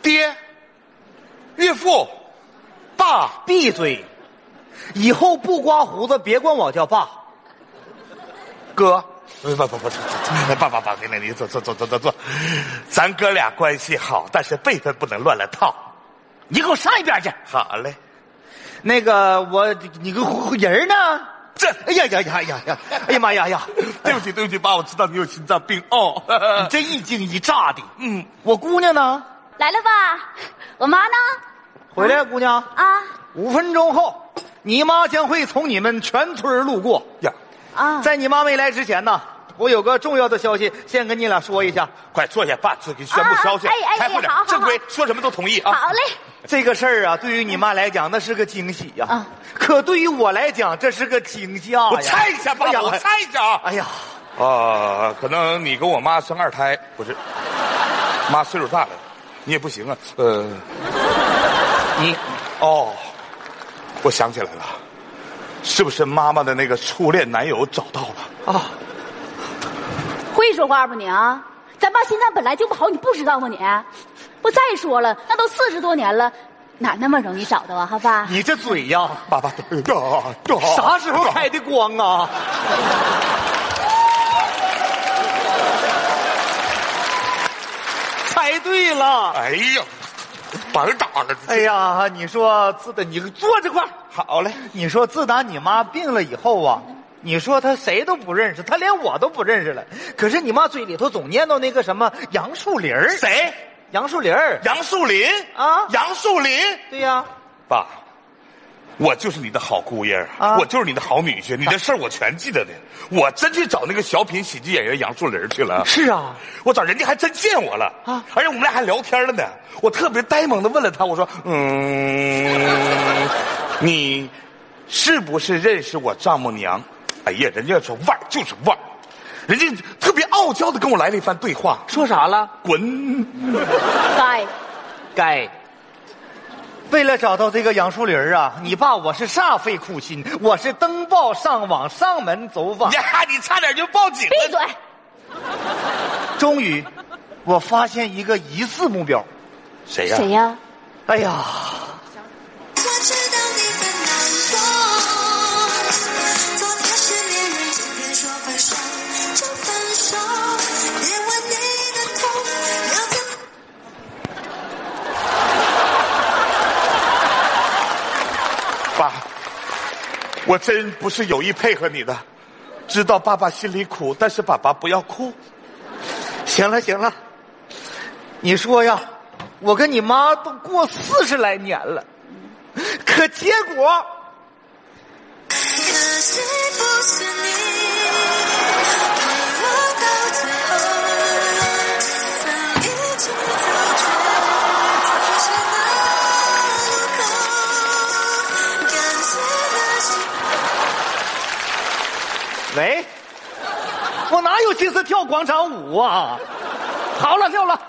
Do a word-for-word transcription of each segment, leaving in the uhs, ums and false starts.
爹、岳父、爸。 闭嘴！以后不刮胡子，别管我叫爸。 哥，不不不不，爸爸爸，你你坐坐坐坐坐坐，咱哥俩关系好，但是辈分不能乱了套。 你给我上一边去！ 好嘞。 那个我，你个人呢？ 这， 哎呀呀呀呀呀！哎呀妈呀呀！ 对不起对不起，爸，我知道你有心脏病哦。 你这一惊一乍的。 嗯， 我姑娘呢？ 来了吧？我妈呢？ 回来，姑娘。 啊。 五分钟后，你妈将会从你们全村路过呀。 啊。 在你妈没来之前呢，我有个重要的消息，先跟你俩说一下。 快坐下，爸，这给宣布消息。 啊、哎哎开会点，正规，说什么都同意啊。 好嘞。 这个事儿啊，对于你妈来讲那是个惊喜呀、啊，啊、可对于我来讲这是个惊吓呀。 我猜一下，爸，哎、我猜一下啊。 哎呀， 啊、呃，可能你跟我妈生二胎，不是？妈岁数大了，你也不行啊。呃， 你哦，我想起来了，是不是妈妈的那个初恋男友找到了啊？ 会说话不你啊？咱爸心脏本来就不好，你不知道吗你？不，再说了，那都四十多年了，哪那么容易找到啊？哈爸， 你这嘴呀， 爸爸， 啥时候开的光啊？猜对了！ 哎呀，白打了！ 哎呀，你说自打你坐这块儿好嘞， 你说自打你妈病了以后啊。你说他谁都不认识，他连我都不认识了。可是你妈嘴里头总念叨那个什么杨树林儿， 谁？ 杨树林儿， 杨树林啊？ 杨树林？ 对呀， 爸，我就是你的好姑爷啊， 我就是你的好女婿，你的事儿我全记得的。我真去找那个小品喜剧演员杨树林去了。 是啊， 我找人家还真见我了啊，而且我们俩还聊天了呢。我特别呆萌的问了他，我说：“嗯，你是不是认识我丈母娘？”哎呀，人家说腕儿就是腕儿，人家特别傲娇的跟我来了一番对话。 说啥了？ 滚！ 该， 该。为了找到这个杨树林啊，你爸我是煞费苦心，我是登报上网，上门走访。 呀，你差点就报警了！ 闭嘴！ 终于，我发现一个疑似目标。 谁呀？ 谁呀？ 哎呀！ 我知道你很难过。分手就分手，别问你的痛要怎么。 爸，我真不是有意配合你的，知道爸爸心里苦，但是爸爸不要哭。 行了行了，你说呀，我跟你妈都过四十来年了，可结果。 可惜不是你陪我到最后，曾一起走却总是路口，感谢那些。 喂，我哪有心思跳广场舞啊？好了，跳了。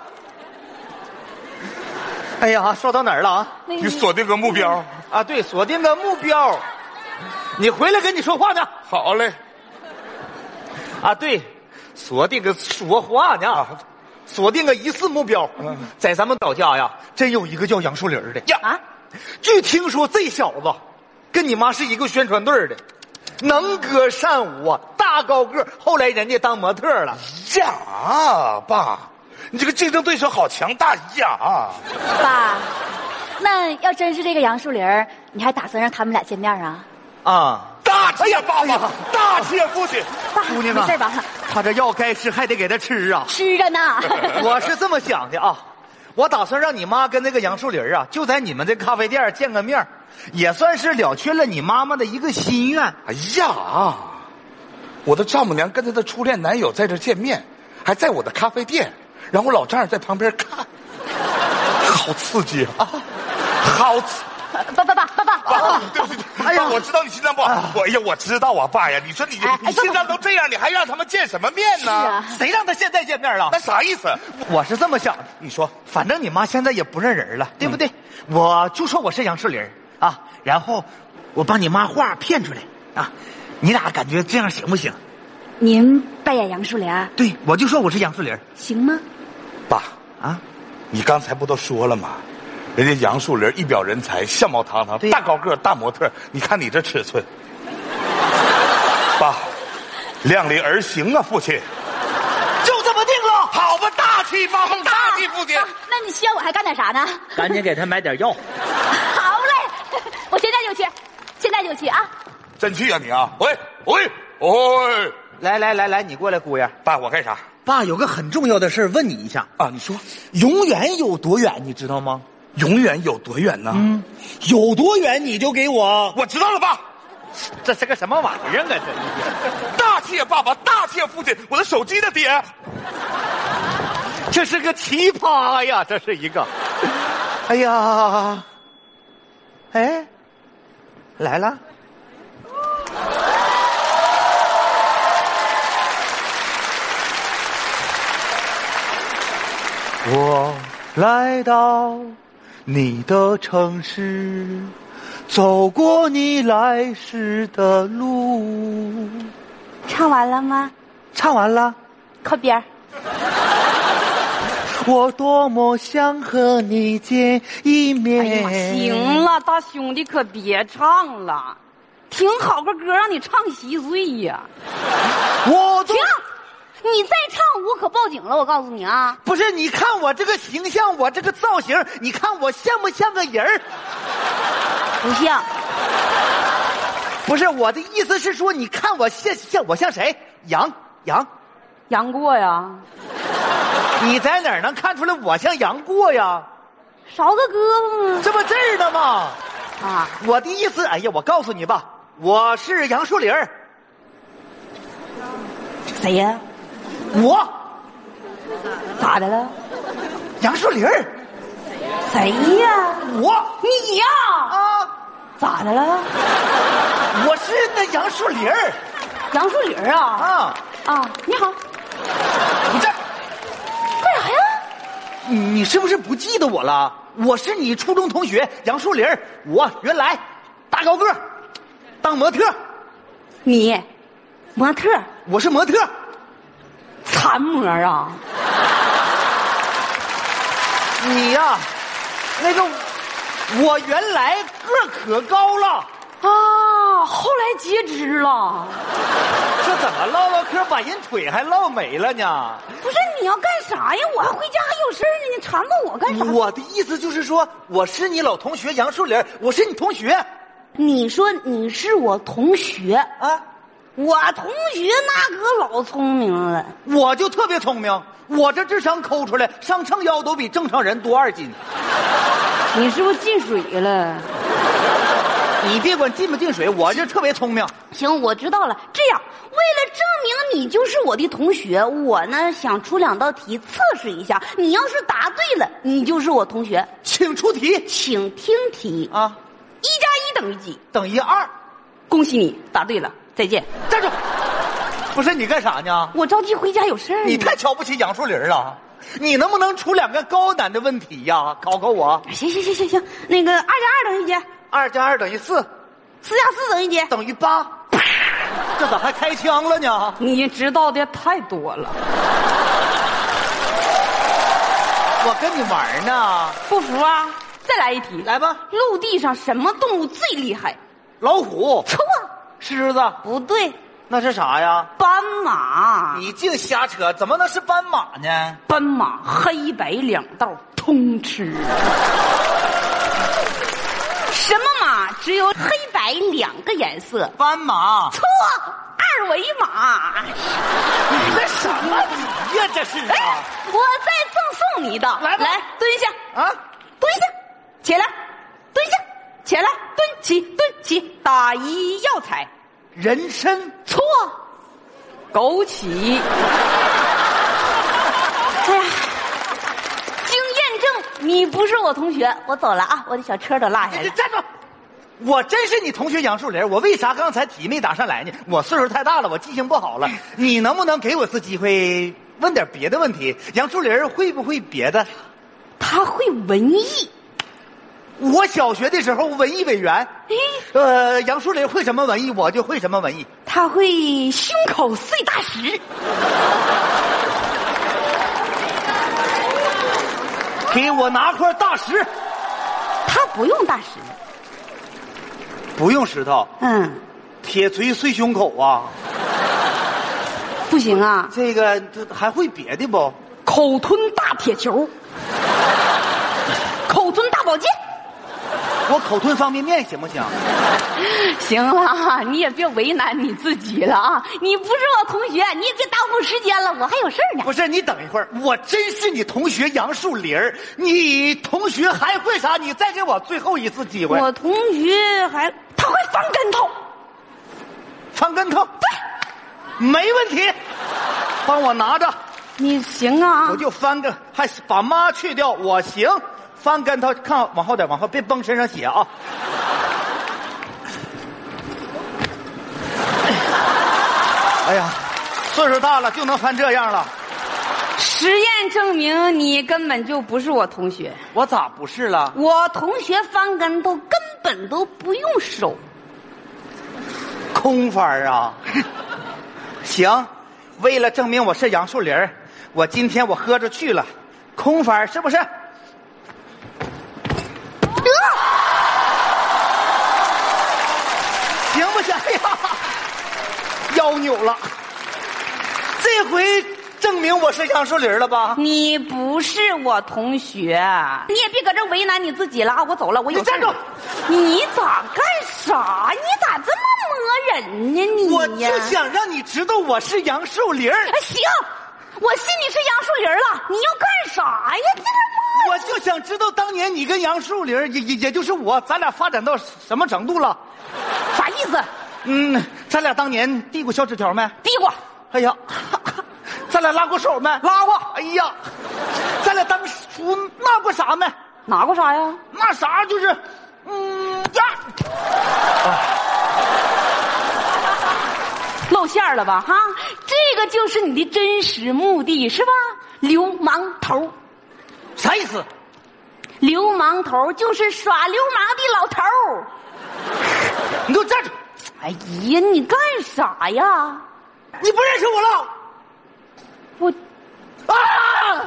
哎呀，说到哪儿了啊？ 你锁定个目标啊，对，锁定个目标。你回来跟你说话呢。 好嘞。 啊，对，锁定个说话呢，啊、锁定个疑似目标。嗯、在咱们岛家呀，真有一个叫杨树林的呀。啊， 据听说这小子跟你妈是一个宣传队的，能歌善舞啊，大高个。后来人家当模特了。 呀，爸，你这个竞争对手好强大呀！ 爸，那要真是这个杨树林，你还打算让他们俩见面啊？ 啊， 大气呀，爸爸，大气父亲。 姑娘啊， 没事吧？ 他这药该吃还得给他吃啊， 吃着呢。 我是这么想的啊，我打算让你妈跟那个杨树林啊，就在你们这咖啡店见个面，也算是了却了你妈妈的一个心愿。 哎呀，我的丈母娘跟她的初恋男友在这见面，还在我的咖啡店，然后老丈人在旁边看，好刺激啊！好刺。 爸爸爸爸爸爸， 对不起，哎呀，我知道你心脏不好，我哎呀，我知道啊，爸呀，你说你你心脏都这样，你还让他们见什么面呢？ 啊、 谁让他现在见面了？ 那啥意思？ 我是这么想的， 你说， 反正你妈现在也不认人了，对不对？嗯、我就说我是杨树林啊，然后我把你妈话骗出来啊，你俩感觉这样行不行？ 您扮演杨树林？ 对，我就说我是杨树林， 行吗？ 爸啊， 你刚才不都说了吗？人家杨树林一表人才，相貌堂堂，大高个大模特，你看你这尺寸。爸，量力而行啊，父亲。 就这么定了。 好吧，大气方方，大气父亲。 那你需要我还干点啥呢？ 赶紧给他买点药。 好嘞，我现在就去，现在就去啊！ 真去啊你啊！喂喂喂！ 来来来来，你过来，姑爷。 爸，我干啥？ 爸有个很重要的事问你一下啊，你说。 永远有多远，你知道吗？ 永远有多远呢？ 嗯，有多远你就给我。 我知道了，爸。 这是个什么玩意儿啊？这大谢爸爸，大谢父亲，我的手机的爹。 这是个奇葩呀，这是一个。哎呀，哎，来了。我来到你的城市，走过你来时的路。 唱完了吗？ 唱完了。 靠边儿。 我多么想和你见一面。 哎呀，行了，大兄弟可别唱了，挺好个歌让你唱稀碎呀。 我停！你再唱我可报警了，我告诉你啊！ 不是，你看我这个形象，我这个造型，你看我像不像个人儿？ 不像。 不是，我的意思是说，你看我像像我像谁？杨杨杨过呀？ 你在哪儿能看出来我像杨过呀？ 少个胳膊吗？ 这不这儿呢吗？ 啊， 我的意思，哎呀，我告诉你吧，我是杨树林儿。 谁呀？ 我。 咋的了？ 杨树林儿。 谁呀？ 我。 你呀？ 啊。 咋的了？ 我是那杨树林儿。 杨树林儿啊？ 啊啊！你好。 你这干啥呀？ 你你是不是不记得我了？我是你初中同学杨树林儿。我原来大高个，当模特。 你模特？ 我是模特。 残模啊！ 你呀，那个我原来个可高了啊，后来截肢了。 这怎么唠唠嗑把人腿还唠没了呢？ 不是，你要干啥呀？我还回家还有事呢，你缠着我干啥？ 我的意思就是说，我是你老同学杨树林，我是你同学。 你说你是我同学啊？ 我同学那可老聪明了。 我就特别聪明，我这智商抠出来，上秤腰都比正常人多二斤。 你是不是进水了？ 你别管进不进水，我这特别聪明。 行，我知道了。这样，为了证明你就是我的同学，我呢想出两道题测试一下。你要是答对了，你就是我同学。 请出题。 请听题啊！ 一加一等于几？ 等于二。 恭喜你答对了，再见。 站住！不是你干啥呢？ 我着急回家有事儿。 你太瞧不起杨树林了。你能不能出两个高难的问题呀？考考我。 行行行行行，那个二加二等于几？ 二加二等于四。 四加四等于几？ 等于八。这咋还开枪了呢？ 你知道的太多了。 我跟你玩呢。 不服啊？再来一题。 来吧。 陆地上什么动物最厉害？ 老虎。 错。 狮子。 不对。 那是啥呀？ 斑马。 你净瞎扯，怎么能是斑马呢？ 斑马黑白两道通吃。什么马只有黑白两个颜色？ 斑马。 错，二维码。 你这什么题呀？这是啊！ 我再赠送你一道。 来吧， 来蹲下啊， 蹲下，起来，蹲下，起来，蹲起，蹲起，打一药材。 人参。 错，枸杞。哎呀，经验证你不是我同学，我走了啊，我的小车都落下来了。 站住！我真是你同学杨树林，我为啥刚才题没答上来呢？我岁数太大了，我记性不好了。你能不能给我次机会问点别的问题？杨树林会不会别的？ 他会文艺。 我小学的时候文艺委员。呃，杨树林会什么文艺，我就会什么文艺。 他会胸口碎大石。 给我拿块大石。 他不用大石。 不用石头。 嗯， 铁锤碎胸口啊。 不行啊， 这个这还会别的不？ 口吞大铁球，口吞大宝剑。 我口吞方便面行不行？ 行了，你也别为难你自己了啊！你不是我同学，你也别耽误时间了，我还有事儿呢。 不是，你等一会儿，我真是你同学杨树林儿，你同学还会啥？你再给我最后一次机会。 我同学还他会翻跟头， 翻跟头，对，没问题，帮我拿着。 你行啊？ 我就翻个，还把妈去掉，我行。翻跟头，看往后点，往后别崩身上血啊！哎呀，岁数大了就能翻这样了。 实验证明你根本就不是我同学。 我咋不是了？ 我同学翻跟头根本都不用手， 空翻啊！行，为了证明我是杨树林，我今天我喝着去了，空翻是不是？行不行？哎呀，腰扭了。这回证明我是杨树林了吧？ 你不是我同学，你也别搁这为难你自己了啊！我走了，我有你站住！ 你咋干啥？你咋这么磨人呢？你我就想让你知道我是杨树林。 哎，行，我信你是杨树林了。你要干啥呀？这个我就想知道当年你跟杨树林，也也也就是我，咱俩发展到什么程度了？ 啥意思？ 嗯，咱俩当年递过小纸条没？ 递过。 哎呀，咱俩拉过手没？ 拉过。 哎呀，咱俩当初拿过啥没？ 拿过啥呀？ 那啥就是，嗯呀，啊、 露馅了吧？哈，这个就是你的真实目的是吧？流氓头。 啥意思？ 流氓头就是耍流氓的老头。 你给我站住！ 哎呀，你干啥呀？ 你不认识我了？ 我啊！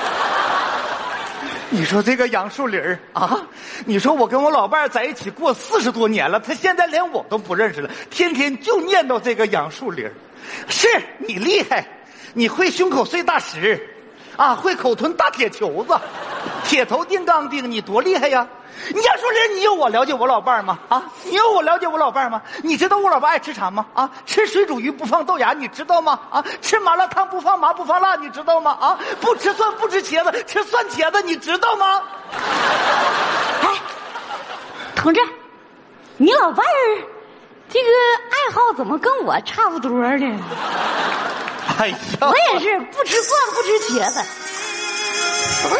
你说这个杨树林儿啊，你说我跟我老伴儿在一起过四十多年了，他现在连我都不认识了，天天就念叨这个杨树林儿。是你厉害，你会胸口碎大石，啊，会口吞大铁球子，铁头钉钢钉，你多厉害呀！你杨树林，你有我了解我老伴儿吗？啊，你有我了解我老伴儿吗？你知道我老伴儿爱吃啥吗？啊，吃水煮鱼不放豆芽，你知道吗？啊，吃麻辣烫不放麻不放辣，你知道吗？啊，不吃蒜不吃茄子，吃蒜茄子，你知道吗？ 哎，同志，你老伴儿这个爱好怎么跟我差不多的？ 哎呀， 我也是不吃蒜不吃茄子。嗯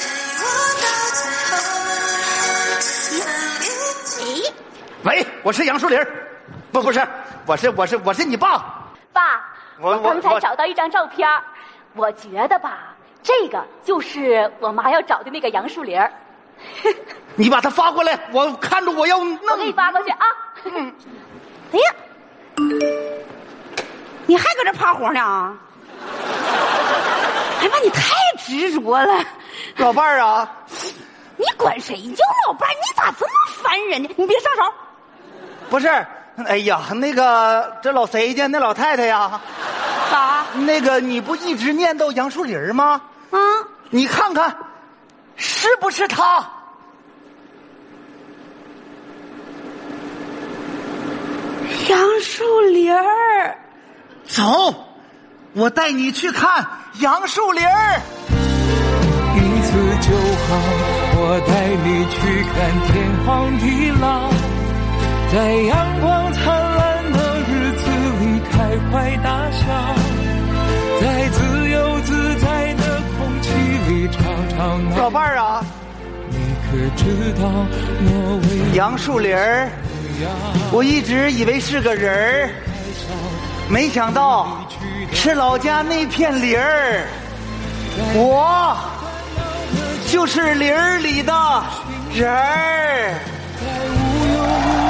喂，我是杨树林，不不是，我是我是我是你爸。 爸， 我我刚才我找到一张照片，我觉得吧，这个就是我妈要找的那个杨树林。 你把它发过来，我看着我要弄。 我给你发过去啊。 嗯。哎呀，你还搁这趴活呢？哎妈，你太执着了。 老伴儿啊， 你管谁叫老伴儿？你咋这么烦人呢？你别上手。 不是，哎呀，那个这老谁家那老太太呀？ 咋？ 那个你不一直念叨杨树林吗？ 啊， 你看看，是不是他？ 杨树林儿， 走，我带你去看杨树林儿。 一次就好，我带你去看天荒地老，在阳光灿烂的日子里开怀大笑，在自由自在的空气里吵吵闹闹。 老伴儿啊， 你可知道我为杨树林儿，我一直以为是个人儿，没想到是老家那片林儿。我就是林儿里的人儿。 在无忧无